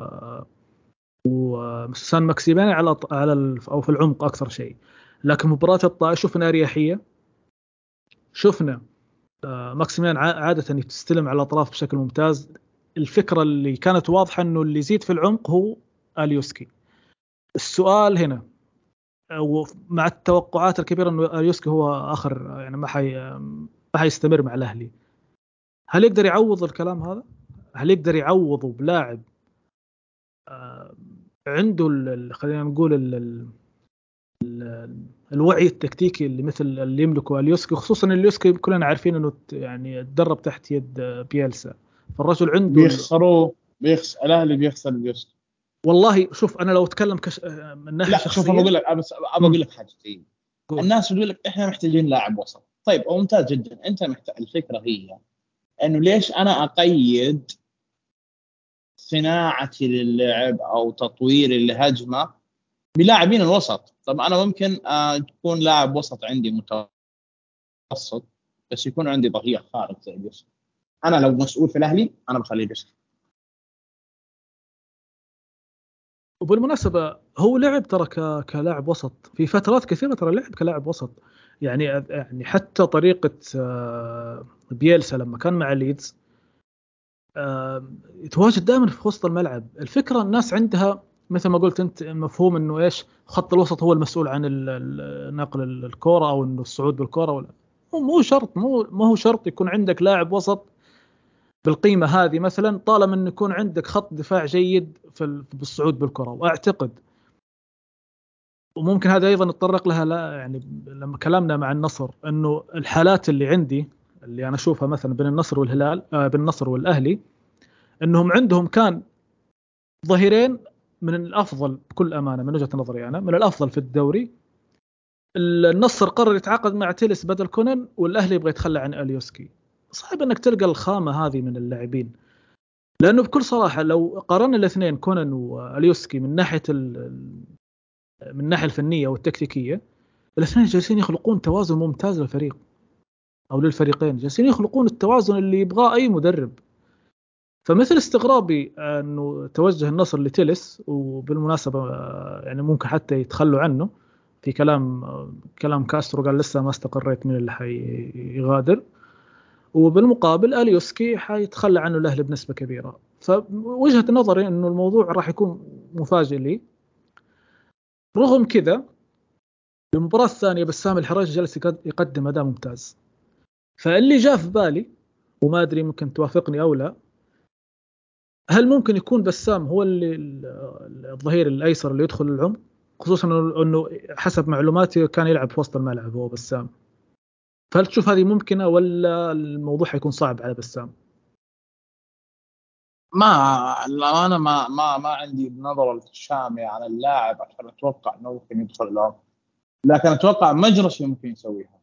A: وسان ماكسيميان على أو في العمق أكثر شيء، لكن مباراة الطائي شفنا أريحية. شفنا ماكسيميان عادة يستلم على الأطراف بشكل ممتاز. الفكرة اللي كانت واضحة أنه اللي يزيد في العمق هو اليوسكي. السؤال هنا ومع التوقعات الكبيرة أنه اليوسكي هو آخر، يعني ما حيستمر مع الأهلي، هل يقدر يعوض الكلام هذا؟ هل يقدر يعوضه بلاعب عنده خلينا نقول الوعي التكتيكي اللي مثل اللي يملكه اليوسكي، خصوصا اليوسكي كلنا عارفين انه يعني تدرب تحت يد بيلسا، فالرجل عنده
B: الاهلي بيخسر اليوسف.
A: والله شوف انا لو اتكلم من ناحيه
B: لا شوف،
A: شخصيه
B: بقول لك بس ابى اقول لك حاجتين.
A: قول.
B: الناس تقول لك احنا محتاجين لاعب وسط، طيب ممتاز جدا، انت محتاج. الفكره هي انه ليش انا اقيد صناعتي للعب او تطويري للهجمه بلاعبين الوسط؟ طب انا ممكن تكون لاعب وسط عندي متوسط، بس يكون عندي ظهير خارق زي اليوسف. انا لو مسؤول في الاهلي انا بخليه اليوسف.
A: وبالمناسبه هو لعب ترى كلاعب وسط في فترات كثيره، ترى لعب كلاعب وسط. يعني حتى طريقه بيلسا لما كان مع ليدز يتواجد دائما في وسط الملعب. الفكره الناس عندها مثل ما قلت انت مفهوم انه ايش خط الوسط هو المسؤول عن نقل الكره او انه الصعود بالكره، ولا مو شرط، ما هو شرط يكون عندك لاعب وسط بالقيمه هذه مثلا، طالما انه يكون عندك خط دفاع جيد بالصعود بالكره. واعتقد وممكن هذا ايضا نتطرق لها، لا يعني لما كلامنا مع النصر، انه الحالات اللي عندي اللي انا اشوفها مثلا بين النصر والهلال بين النصر والاهلي، انهم عندهم كان ظهيرين من الافضل بكل امانه من وجهه نظري انا من الافضل في الدوري. النصر قرر يتعاقد مع تيلس بدل كونن، والاهلي يبغى يتخلى عن اليوسكي. صعب انك تلقى الخامه هذه من اللاعبين، لانه بكل صراحه لو قارنا الاثنين كونن واليوسكي من ناحيه من الناحيه الفنيه والتكتيكيه، الاثنين جالسين يخلقون توازن ممتاز للفريق او للفريقين، جالسين يخلقون التوازن اللي يبغاه اي مدرب. فمثل استغرابي انه توجه النصر لتيلس، وبالمناسبه يعني ممكن حتى يتخلوا عنه في كلام كاسترو قال لسه ما استقريت من اللي حيغادر، وبالمقابل اليوسكي حيتخلى عنه الاهلي بنسبه كبيره. فوجهه نظري انه الموضوع راح يكون مفاجئ لي. رغم كذا المباراه الثانيه بسام الحراج جلس يقدم اداء ممتاز، فاللي جاء في بالي وما ادري ممكن توافقني او لا، هل ممكن يكون بسام هو اللي الظهير الايسر اللي يدخل العمق خصوصا انه حسب معلوماتي كان يلعب في وسط الملعب هو بسام. فهل تشوف هذه ممكنة ولا الموضوع حيكون صعب على بسام؟
B: ما انا ما عندي النظره الشامله على اللاعب عشان اتوقع انه ممكن يدخل العمق، لكن اتوقع مجرشي ممكن يسويها.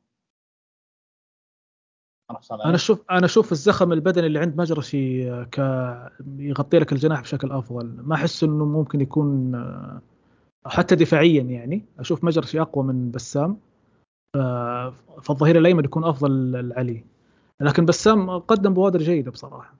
B: عرفت
A: انا
B: علي؟
A: اشوف انا اشوف الزخم البدني اللي عند مجرشي يغطي لك الجناح بشكل افضل. ما احس انه ممكن يكون حتى دفاعيا، يعني اشوف مجرشي اقوى من بسام. فالظهير الايمن يكون افضل العلي، لكن بسام قدم بوادر جيدة بصراحة.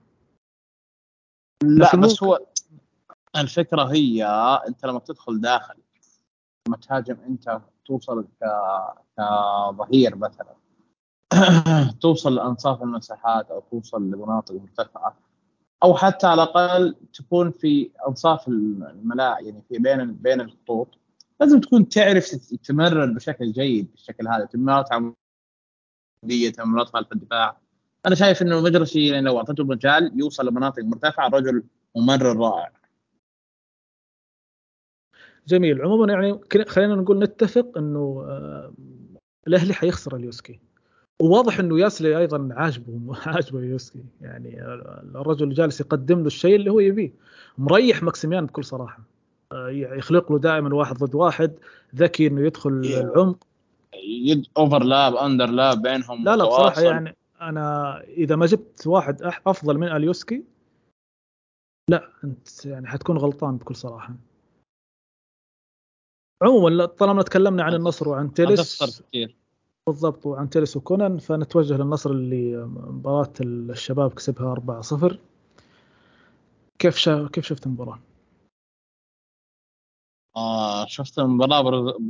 B: لا
A: لكن
B: بس
A: ممكن.
B: هو الفكره هي، انت لما تدخل داخل، لما تهاجم انت توصل كظهير مثلا توصل لانصاف المساحات او توصل لمناطق مرتفعه، او حتى على الاقل تكون في انصاف الملاعب، يعني في بين الخطوط. لازم تكون تعرف تمرر بشكل جيد بالشكل هذا، تمريرات عموديه، تمريرات خلف الدفاع. انا شايف انه المجرشي يعني لو اعطيته مجال يوصل لمناطق مرتفعه، رجل ممرر رائع.
A: جميل. عموما يعني خلينا نقول نتفق انه الاهلي حيخسر اليوسكي. وواضح انه ياسلي ايضا عاجبه عاجبه يوسكي، يعني الرجل جالس يقدم له الشيء اللي هو يبيه. مريح ماكسيميان بكل صراحه. يخلق له دائما واحد ضد واحد، ذكي انه يدخل العمق.
B: يد اوفرلاب اندرلاب بينهم
A: لا لا بصراحه
B: متواصل.
A: يعني انا اذا ما جبت واحد افضل من اليوسكي، لا انت يعني حتكون غلطان بكل صراحه. عموما طالما تكلمنا عن النصر وعن
B: هتخسر
A: تيلس.
B: كثير.
A: بالضبط، وعن تيلس وكونان، فنتوجه للنصر اللي مباراة الشباب كسبها 4-0. كيف شفت المباراة؟
B: شفت المباراة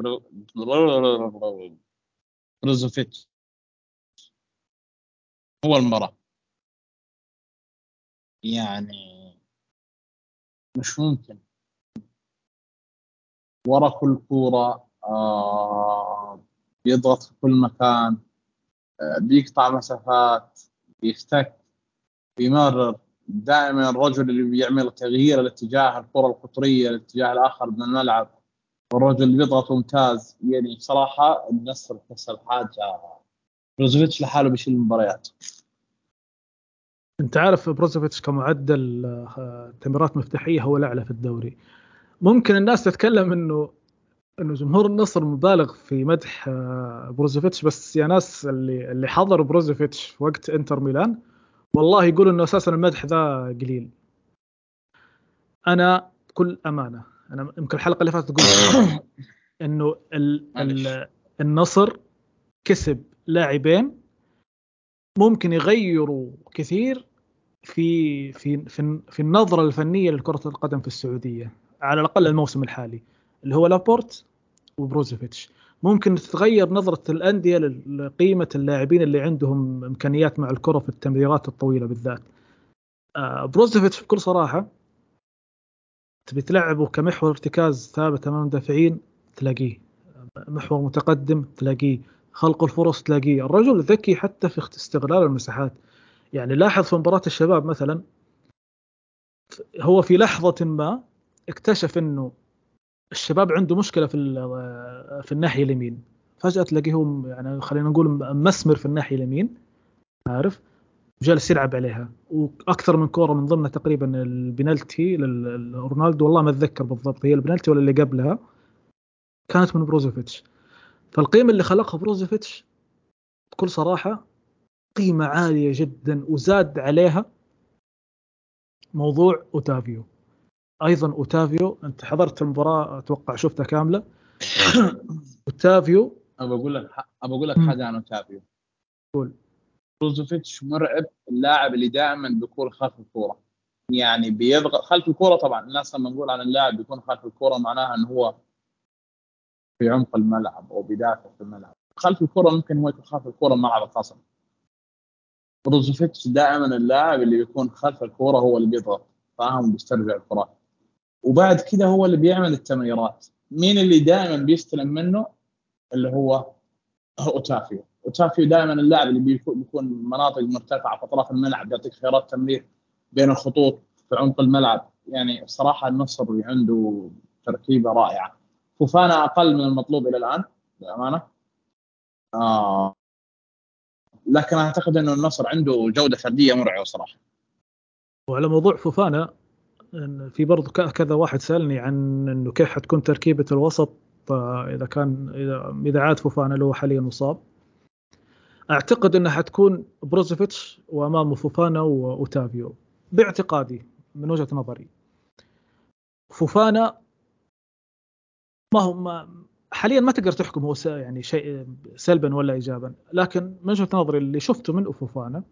B: بروزوفيتش هو المباراة، يعني مش ممكن. ورا كل كورة بيضغط في كل مكان، بيقطع مسافات، بيفتك، بيمرر. دائما الرجل اللي بيعمل تغيير الاتجاه الكرة القطرية الاتجاه الآخر من الملعب، والرجل اللي بيضغط ممتاز. يعني بصراحة النصر كسر حاجة، بروزوفيتش لحاله بيشيل المباريات.
A: انت عارف بروزوفيتش كمعدل تمريرات مفتاحية هو الأعلى في الدوري. ممكن الناس تتكلم انه جمهور النصر مبالغ في مدح بروزوفيتش، بس يا ناس اللي حضروا بروزوفيتش في وقت انتر ميلان والله يقولوا انه اساسا المدح ذا قليل. انا بكل امانة، انا يمكن الحلقة اللي فاتت قلتها، انه
B: معلش.
A: النصر كسب لاعبين ممكن يغيروا كثير في النظرة الفنية لكرة القدم في السعودية، على الأقل الموسم الحالي، اللي هو لابورت وبروزوفيتش. ممكن تتغير نظرة الأندية لقيمة اللاعبين اللي عندهم إمكانيات مع الكرة في التمريرات الطويلة بالذات. بروزوفيتش بكل صراحة تبي تلعبه كمحور ارتكاز ثابت أمام المدافعين تلاقيه، محور متقدم تلاقيه، خلق الفرص تلاقيه. الرجل ذكي حتى في استغلال المساحات. يعني لاحظ في مباراة الشباب مثلا، هو في لحظة ما اكتشف انه الشباب عنده مشكلة في الناحية اليمين. فجأة تلاقيهم يعني خلينا نقول مسمر في الناحية اليمين، عارف، جالس يلعب عليها. واكثر من كورة من ضمنها تقريبا البنالتي لرونالدو، والله ما اتذكر بالضبط هي البنالتي ولا اللي قبلها، كانت من بروزوفيتش. فالقيمة اللي خلقها بروزوفيتش بكل صراحة قيمة عالية جدا. وزاد عليها موضوع أوتافيو. ايضا اوتافيو، انت حضرت المباراه اتوقع شفتها كامله. اوتافيو.
B: ابى اقول لك
A: مم.
B: حاجه عن اوتافيو.
A: قول.
B: بروزوفيتش مرعب، اللاعب اللي دائما بيكون خلف الكوره، يعني بيضغط خلف الكوره. طبعا الناس لما نقول عن اللاعب بيكون خلف الكوره معناها انه هو في عمق الملعب او بيدافع في الملعب. خلف الكوره ممكن هو يكون خلف الكوره ملعب الخصم. بروزوفيتش دائما اللاعب اللي بيكون خلف الكوره هو اللي بيضغط، فاهم، بيسترجع الكرات. وبعد كده هو اللي بيعمل التمريرات. مين اللي دائما بيستلم منه؟ اللي هو اوتافيو. اوتافيو دائما اللاعب اللي بيكون مناطق مرتفعه في اطراف الملعب، يعطيك خيارات تمرير بين الخطوط في عمق الملعب. يعني الصراحه النصر عنده تركيبه رائعه. فوفانا اقل من المطلوب الى الان بامانه. لكن اعتقد انه النصر عنده جوده فرديه مرعبه صراحه.
A: وعلى موضوع فوفانا، في برضو كذا واحد سألني عن انه كيف حتكون تركيبة الوسط اذا عاد فوفانا اللي هو حاليا مصاب. اعتقد انها حتكون بروزوفيتش وامامه فوفانا واوتافيو باعتقادي من وجهة نظري. فوفانا حاليا ما تقدر تحكم هو يعني شيء سلبا ولا ايجابا، لكن من وجهة نظري اللي شفته من فوفانا،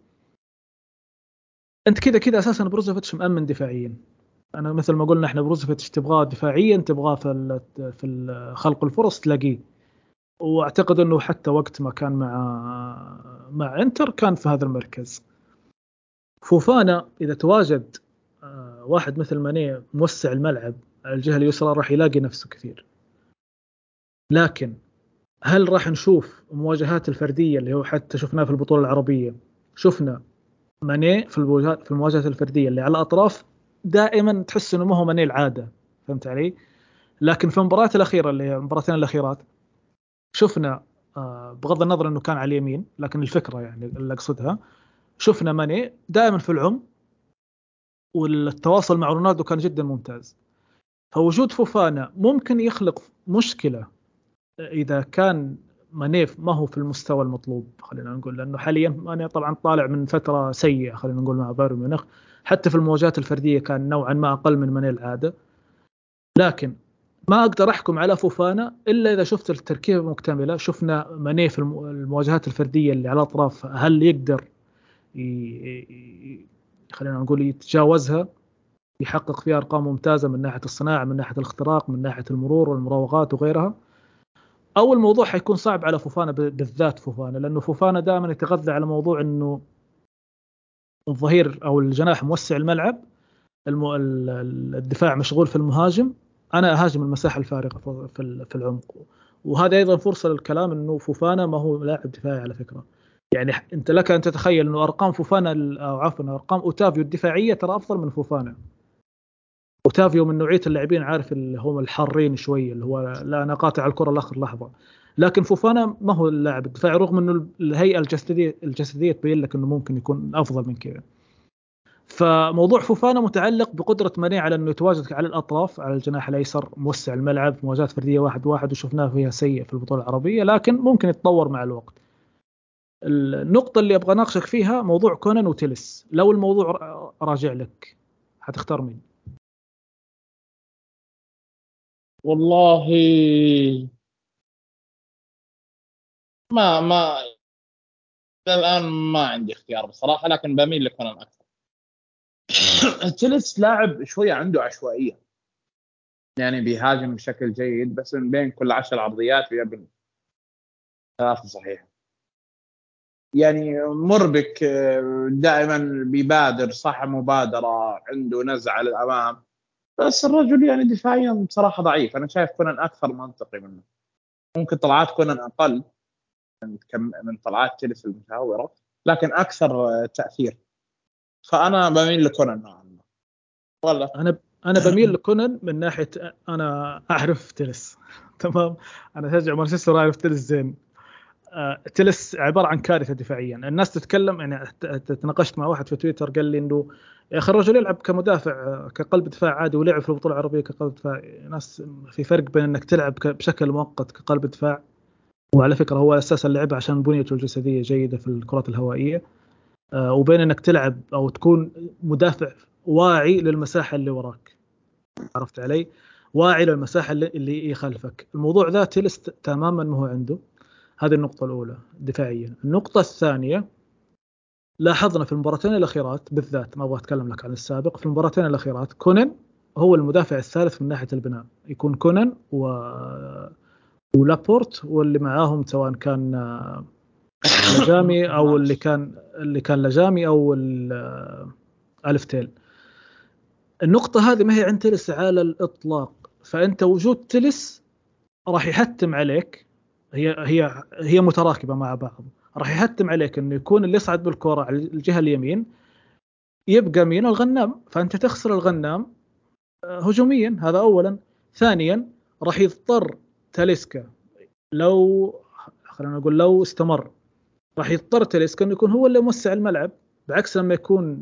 A: انت كذا اساسا بروزوفيتش مأمن دفاعيا. انا مثل ما قلنا احنا بروزوفيتش تبغاه دفاعيا، تبغاه في خلق الفرص تلاقيه. واعتقد انه حتى وقت ما كان مع انتر كان في هذا المركز. فوفانا اذا تواجد واحد مثل ماني موسع الملعب على الجهه اليسرى راح يلاقي نفسه كثير. لكن هل راح نشوف مواجهات الفرديه اللي هو حتى شفناه في البطوله العربيه؟ شفنا ماني في المواجهات الفرديه اللي على الاطراف دائما تحس انه ما هو ماني العاده، فهمت علي؟ لكن في المباريات الاخيره اللي هي المباراتين الاخيرات شفنا بغض النظر انه كان على اليمين، لكن الفكره يعني اللي اقصدها شفنا ماني دائما في العمق، والتواصل مع رونالدو كان جدا ممتاز. فوجود فوفانا ممكن يخلق مشكله اذا كان ماني ما هو في المستوى المطلوب، خلينا نقول، لانه حاليا ماني طبعا طالع من فتره سيئه خلينا نقول مع بايرن ميونخ، حتى في المواجهات الفرديه كان نوعا ما اقل من ماني العاده. لكن ما اقدر احكم على فوفانا الا اذا شفت التركيبه مكتمله. شفنا ماني في المواجهات الفرديه اللي على الاطراف هل يقدر خلينا نقول يتجاوزها، يحقق فيها ارقام ممتازه من ناحيه الصناعه، من ناحيه الاختراق، من ناحيه المرور والمراوغات وغيرها. او الموضوع حيكون صعب على فوفانا بالذات فوفانا، لانه فوفانا دائما يتغذى على موضوع انه الظهير او الجناح موسع الملعب، الدفاع مشغول في المهاجم، انا اهاجم المساحه الفارغه في العمق. وهذا ايضا فرصه للكلام انه فوفانا ما هو لاعب دفاعي على فكره. يعني انت لك ان تتخيل انه ارقام فوفانا او عفوا ارقام اوتافيو الدفاعيه ترى افضل من فوفانا. اوتافيو من نوعيه اللاعبين، عارف اللي هم الحارين شويه، اللي هو لا انا قاطع الكره لاخر لحظه. لكن فوفانا ما هو اللاعب الدفاعي، رغم انه الهيئه الجسديه تبين لك انه ممكن يكون افضل من كذا. فموضوع فوفانا متعلق بقدرة ماني على انه يتواجد على الاطراف، على الجناح الايسر موسع الملعب، مواجهات فردية 1-1 وشفناه فيها سيء في البطولة العربية، لكن ممكن يتطور مع الوقت. النقطة اللي ابغى اناقشك فيها موضوع كونان وتيلس. لو الموضوع راجع لك حتختار مين؟
B: والله ما الان ما عندي اختيار بصراحه، لكن بميل لكونان اكثر. تشيلس لاعب شويه عنده عشوائيه، يعني بيهاجم بشكل جيد بس من بين كل 10 عرضيات بيبني 3 صحيح. يعني مربك، دائما بيبادر، صح مبادره، عنده نزعه للامام. بس الرجل يعني دفاعيا بصراحه ضعيف. انا شايف كونان اكثر منطقي منه. ممكن طلعات كونان اقل من طلعات تشيلسي المتهوره، لكن اكثر تاثير. فانا بميل لكونان نوعا ما. والله
A: انا بميل لكونان من ناحية انا اعرف تيلس تمام. انا اشجع مانشستر، اعرف تيلس زين. تلس عباره عن كارثه دفاعيا. الناس تتكلم، يعني تناقشت مع واحد في تويتر قال لي انه يا اخي الرجل يلعب كمدافع كقلب دفاع عادي، ولعب في البطوله العربيه كقلب دفاع. ناس في فرق بين انك تلعب بشكل مؤقت كقلب دفاع، وعلى فكره هو اساسا لعب عشان بنيته الجسديه جيده في الكرات الهوائيه، وبين انك تلعب او تكون مدافع واعي للمساحه اللي وراك، عرفت علي؟ واعي للمساحه اللي يخلفك. الموضوع ذا تلس تماما ما هو عنده. هذه النقطة الأولى دفاعيا. النقطة الثانية، لاحظنا في المباراتين الأخيرات بالذات، ما أبغى أتكلم لك عن السابق، في المباراتين الأخيرات كونان هو المدافع الثالث من ناحية البناء. يكون كونان ولابورت، واللي معاهم سواء كان لجامي أو اللي كان لجامي أو ألف تيل. النقطة هذه ما هي عند تلس على الإطلاق. فأنت وجود تلس راح يحتم عليك، هي متراكبة مع بعض، راح يحتم عليك انه يكون اللي يصعد بالكرة على الجهة اليمين يبقى مين؟ الغنام. فانت تخسر الغنام هجوميا، هذا اولا. ثانيا راح يضطر تاليسكا لو خلينا نقول لو استمر راح يضطر تاليسكا انه يكون هو اللي موسع الملعب، بعكس لما يكون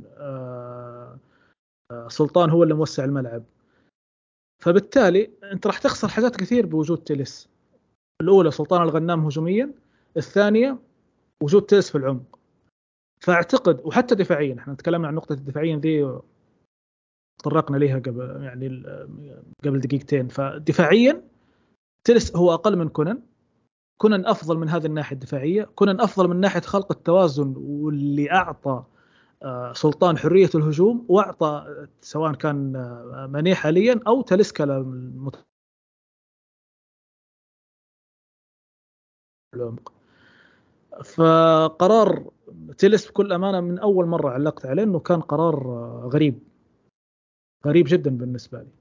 A: سلطان هو اللي موسع الملعب. فبالتالي انت راح تخسر حاجات كثير بوجود تيلس. الاولى سلطان الغنام هجوميا، الثانيه وجود تيلس في العمق. فاعتقد وحتى دفاعيا، احنا تكلمنا عن نقطه الدفاعيا ذي تطرقنا ليها قبل يعني قبل دقيقتين. فدفاعيا تيلس هو اقل من كونان افضل من هذه الناحيه الدفاعيه، كونان افضل من ناحيه خلق التوازن، واللي اعطى سلطان حريه الهجوم، واعطى سواء كان ماني حاليا او تاليسكا العمق. فقرار تيلس بكل امانه من اول مره علقت عليه انه كان قرار غريب، غريب جدا بالنسبه لي.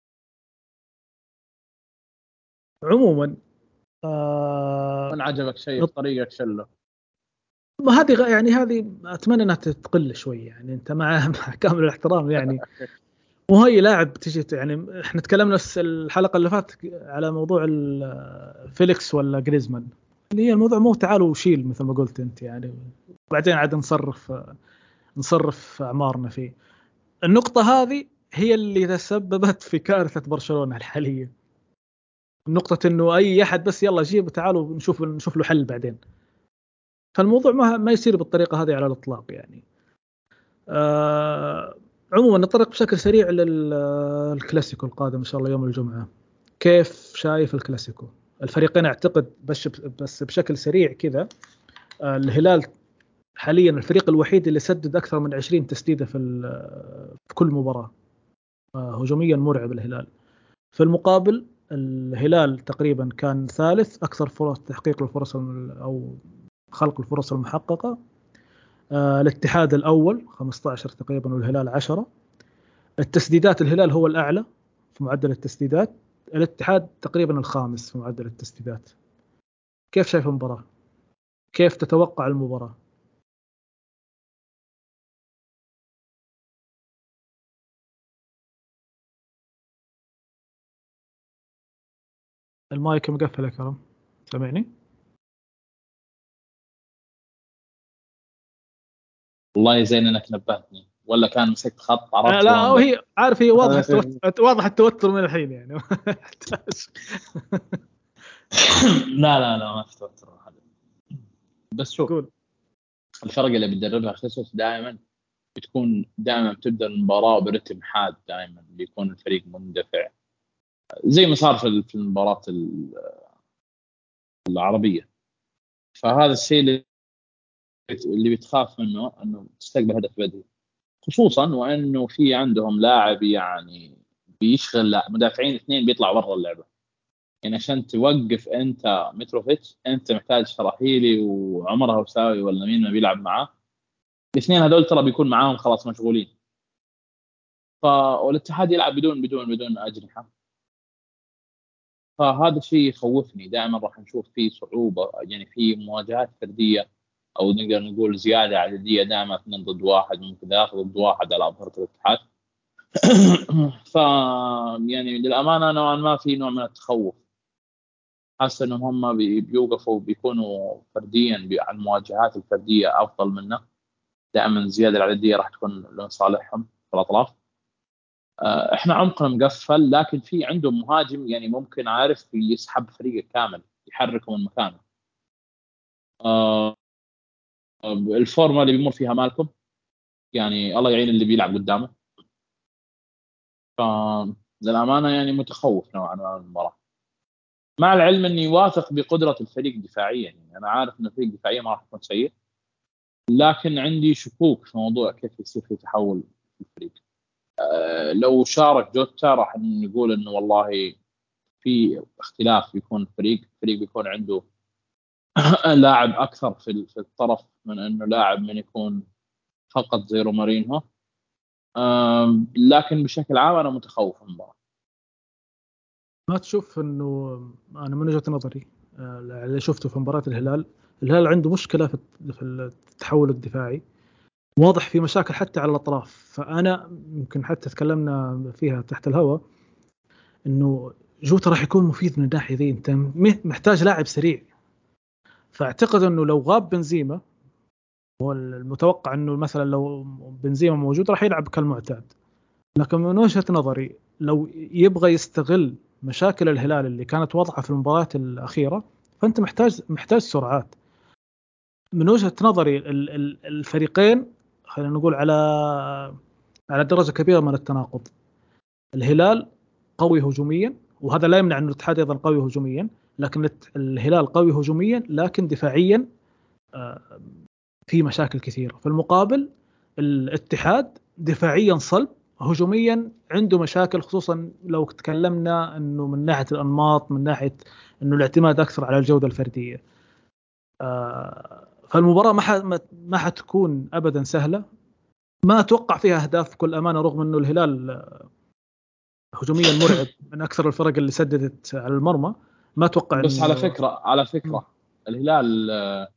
A: عموما
B: من عجبك شيء في طريقك شله؟
A: ما هذه يعني هذه اتمنى انها تقل شوي، يعني انت مع كامل الاحترام يعني. وهي لاعب تجي يعني احنا تكلمنا الحلقه اللي فاتت على موضوع فيليكس ولا جريزمان، اللي هي الموضوع مو تعالوا وشيل مثل ما قلت انت يعني، وبعدين عاد نصرف اعمارنا فيه. النقطه هذه هي اللي تسببت في كارثه برشلونه الحاليه، نقطه انه اي احد بس يلا جيب تعالوا نشوف له حل بعدين. فالموضوع ما يصير بالطريقه هذه على الاطلاق يعني. عموما نطرق بشكل سريع للكلاسيكو القادم ان شاء الله يوم الجمعه. كيف شايف الكلاسيكو؟ الفريقين اعتقد بس بشكل سريع كذا. الهلال حاليا الفريق الوحيد اللي سدد اكثر من 20 تسديده في كل مباراه. هجوميا مرعب الهلال. في المقابل الهلال تقريبا كان ثالث اكثر فرص تحقيق الفرص او خلق الفرص المحققه. الاتحاد الاول 15 تقريبا والهلال 10. التسديدات الهلال هو الاعلى في معدل التسديدات، الاتحاد تقريبا الخامس في معدل التسديدات. كيف شايف المباراة؟ كيف تتوقع المباراة؟ المايك مقفل يا كرم، سامعني؟
B: والله زين انك نبهتني، ولا كان مسكت خط عرفت
A: لا
B: وين
A: وهي عارف، هي واضح واضح التوتر من الحين يعني.
B: لا ما في توتر هذا. بس شوف،
A: قول.
B: الفرق اللي بتدربها خصوص دائما بتبدا المباراه برتم حاد، دائما بيكون الفريق مندفع زي ما صار في المباراه العربيه. فهذا الشيء اللي بتخاف منه انه تستقبل هدف بدري، خصوصا وانه في عندهم لاعب يعني بيشغل مدافعين اثنين بيطلعوا برا اللعبه. يعني عشان توقف انت متروفيتش انت محتاج شراحيلي وعمر هوساوي ولا مين ما بيلعب معاه، الاثنين هذول ترى بيكون معاهم خلاص مشغولين. والاتحاد يلعب بدون اجنحه. فهذا الشيء يخوفني، دائما راح نشوف فيه صعوبه، يعني في مواجهات فرديه او نقدر نقول زياده عدديه، دائما 2 ضد 1 ممكن 3 ضد 1 على اظهره الاتحاد. ف يعني للامانه نوعا ما في نوع من التخوف، حاسس انهم هم بيوقفوا بيكونوا فرديا على المواجهات الفرديه افضل منا. دائما الزياده العدديه راح تكون لصالحهم في الاطراف. احنا عمقنا مقفل، لكن في عندهم مهاجم يعني ممكن عارف يسحب فريقه كامل يحركه من مكانه. آه، الفورمه اللي بيمر فيها مالكم يعني الله يعين اللي بيلعب قدامه. للامانه يعني متخوف نوعا ما من المباراه، مع العلم اني واثق بقدره الفريق دفاعيا. يعني انا عارف ان الفريق دفاعيا ما راح يكون سيء، لكن عندي شكوك في موضوع كيف يصير في تحول في الفريق. لو شارك جوتا راح نقول انه والله في اختلاف، بيكون الفريق بيكون عنده لاعب اكثر في الطرف من انه لاعب من يكون فقط زي رومارينهو. لكن بشكل عام انا متخوف من المباراه.
A: ما تشوف انه انا من وجهة نظري اللي شفته في مباراة الهلال عنده مشكلة في التحول الدفاعي، واضح في مشاكل حتى على الأطراف. فأنا يمكن حتى تكلمنا فيها تحت الهواء إنه جوتا راح يكون مفيد من الناحيه ذي. انت محتاج لاعب سريع، فاعتقد انه لو غاب بنزيما، هو المتوقع انه مثلا لو بنزيما موجود راح يلعب كالمعتاد. لكن من وجهة نظري لو يبغى يستغل مشاكل الهلال اللي كانت واضحة في المباريات الأخيرة، فأنت محتاج سرعات. من وجهة نظري الفريقين خلينا نقول على درجة كبيرة من التناقض. الهلال قوي هجوميا، وهذا لا يمنع أن الاتحاد أيضا قوي هجوميا، لكن الهلال قوي هجوميا لكن دفاعيا في مشاكل كثيرة. في المقابل الاتحاد دفاعيا صلب، هجوميا عنده مشاكل، خصوصا لو تكلمنا انه من ناحيه الانماط، من ناحيه انه الاعتماد اكثر على الجوده الفرديه. فالمباراه ما حتكون ابدا سهله. ما اتوقع فيها اهداف بكل امانه، رغم انه الهلال هجوميا مرعب، من اكثر الفرق اللي سددت على المرمى. ما اتوقع
B: بس على
A: انه
B: فكره الهلال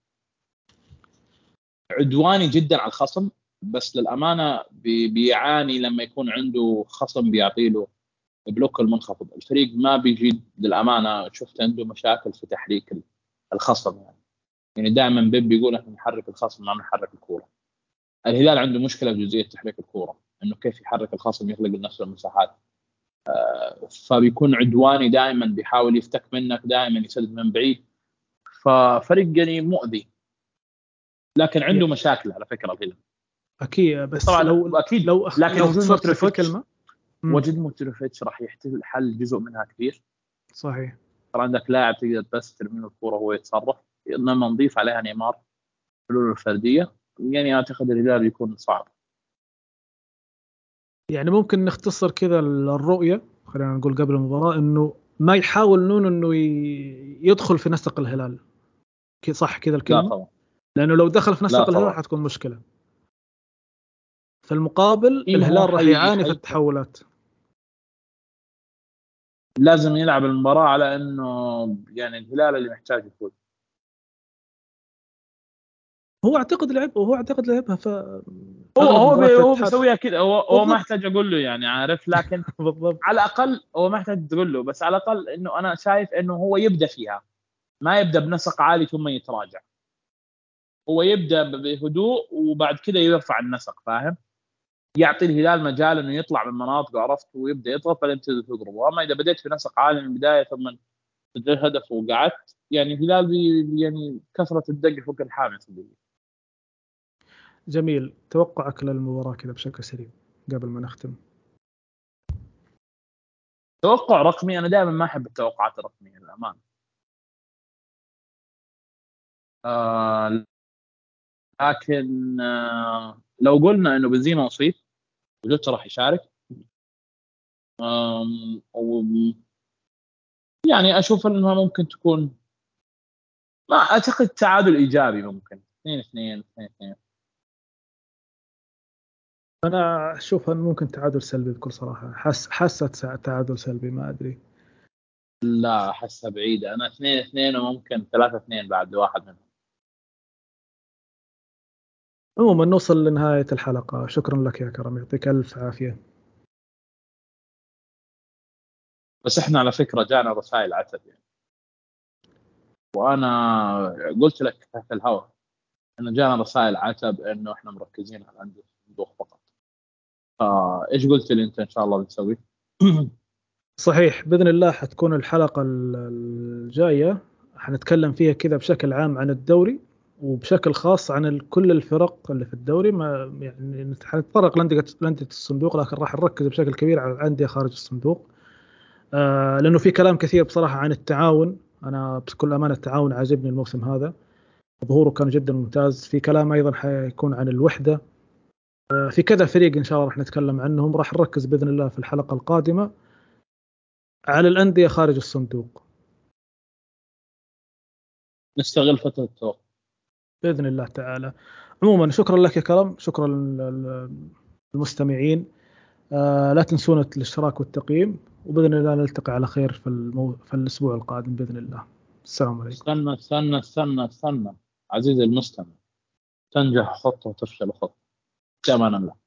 B: عدواني جدا على الخصم، بس للامانه بيعاني لما يكون عنده خصم بيعطي له بلوك المنخفض. الفريق ما بيجي للامانه، شفت عنده مشاكل في تحريك الخصم يعني دائما بيب بيقول احنا نحرك الخصم ما نحرك الكوره. الهلال عنده مشكله في جزئيه تحريك الكوره، انه كيف يحرك الخصم يخلق لنفسه المساحات. فبيكون عدواني دائما، بيحاول يفتك منك دائما، يسدد من بعيد. ففريق يعني مؤذي، لكن عنده مشاكل على فكره الهلال.
A: اكيد. بس
B: طبعا
A: لو
B: اكيد،
A: لو
B: لكن
A: لو
B: وجود
A: اختصرت في
B: متروفيتش،
A: كلمه.
B: راح يحتل حل جزء منها كبير.
A: صحيح.
B: ترى عندك لاعب تقدر بس ترمي له الكوره وهو يتصرف، لما نضيف عليها نيمار حلول الفرديه، يعني اعتقد الهلال يكون صعب.
A: يعني ممكن نختصر كذا الرؤية، خلينا نقول قبل المباراة انه ما يحاول نونو انه يدخل في نسق الهلال. صح كذا
B: لا
A: الكلمة؟
B: طبعا.
A: لانه لو دخل في
B: لا
A: نسق الهلال
B: طبعا،
A: حتكون مشكلة. في المقابل
B: ايوه هو
A: الهلال راح يعاني في التحولات.
B: لازم يلعب المباراه على انه يعني الهلال اللي محتاج يفوز.
A: هو اعتقد لعبها في
B: هو
A: اغلب
B: هو
A: مباريات
B: هو
A: الاتحاد.
B: بيسويها كده، هو ما
A: بالضبط.
B: يحتاج اقول له يعني، عارف. لكن
A: بالضبط.
B: على الاقل هو ما يحتاج تقول له، بس على الاقل انه انا شايف انه هو يبدا فيها، ما يبدا بنسق عالي ثم يتراجع. هو يبدا بهدوء وبعد كده يرفع النسق، فاهم؟ يعطي الهلال مجال انه يطلع من مناطقه، عرفت، ويبدا يضغط بعدين تبدا تضربه. واما اذا بديت في نسق عالي من البدايه ثم سجلت هدف وقعدت، يعني الهلال يعني كثره الدق فوق الحامل صدقني.
A: جميل. توقعك للمباراة كذا بشكل سريع قبل ما نختم.
B: توقع رقمي، انا دائما ما احب التوقعات الرقميه للامانه. آه لكن لو قلنا انه بنزيما اصيب وجوتا راح يشارك، يعني اشوف انها ممكن تكون، ما اعتقد تعادل ايجابي، ممكن 2-2 2-2.
A: انا اشوف انه ممكن تعادل سلبي بكل صراحة. حاسة تعادل سلبي، ما ادري.
B: لا احسها بعيده، انا 2-2 وممكن 3-2 بعد واحد منهم.
A: عموما نوصل لنهاية الحلقة. شكرا لك يا كرم، يعطيك ألف عافية.
B: بس احنا على فكره جانا رسائل عتب يعني، وانا قلت لك في الهواء انه جانا رسائل عتب انه احنا مركزين على انديه الصندوق فقط. ايش قلت لي انت ان شاء الله بتسوي؟
A: صحيح، بإذن الله حتكون الحلقة الجاية حنتكلم فيها كذا بشكل عام عن الدوري، وبشكل خاص عن كل الفرق اللي في الدوري. ما يعني حنتطرق لأندية الصندوق، لكن راح نركز بشكل كبير على الأندية خارج الصندوق. لأنه في كلام كثير بصراحة عن التعاون. أنا بكل أمانة التعاون عاجبني الموسم هذا، ظهوره كان جدا ممتاز. في كلام أيضا حيكون عن الوحدة. في كذا فريق إن شاء الله راح نتكلم عنهم. راح نركز بإذن الله في الحلقة القادمة على الأندية خارج الصندوق
B: نستغل فتره التوقف.
A: بإذن الله تعالى. عموما شكرا لك يا كرم، شكرا للمستمعين. لا تنسونا الاشتراك والتقييم، وبإذن الله نلتقي على خير في الأسبوع القادم بإذن الله. السلام عليكم.
B: استنى عزيزي المستمع، تنجح خطه وتفشل خطه. في امان الله.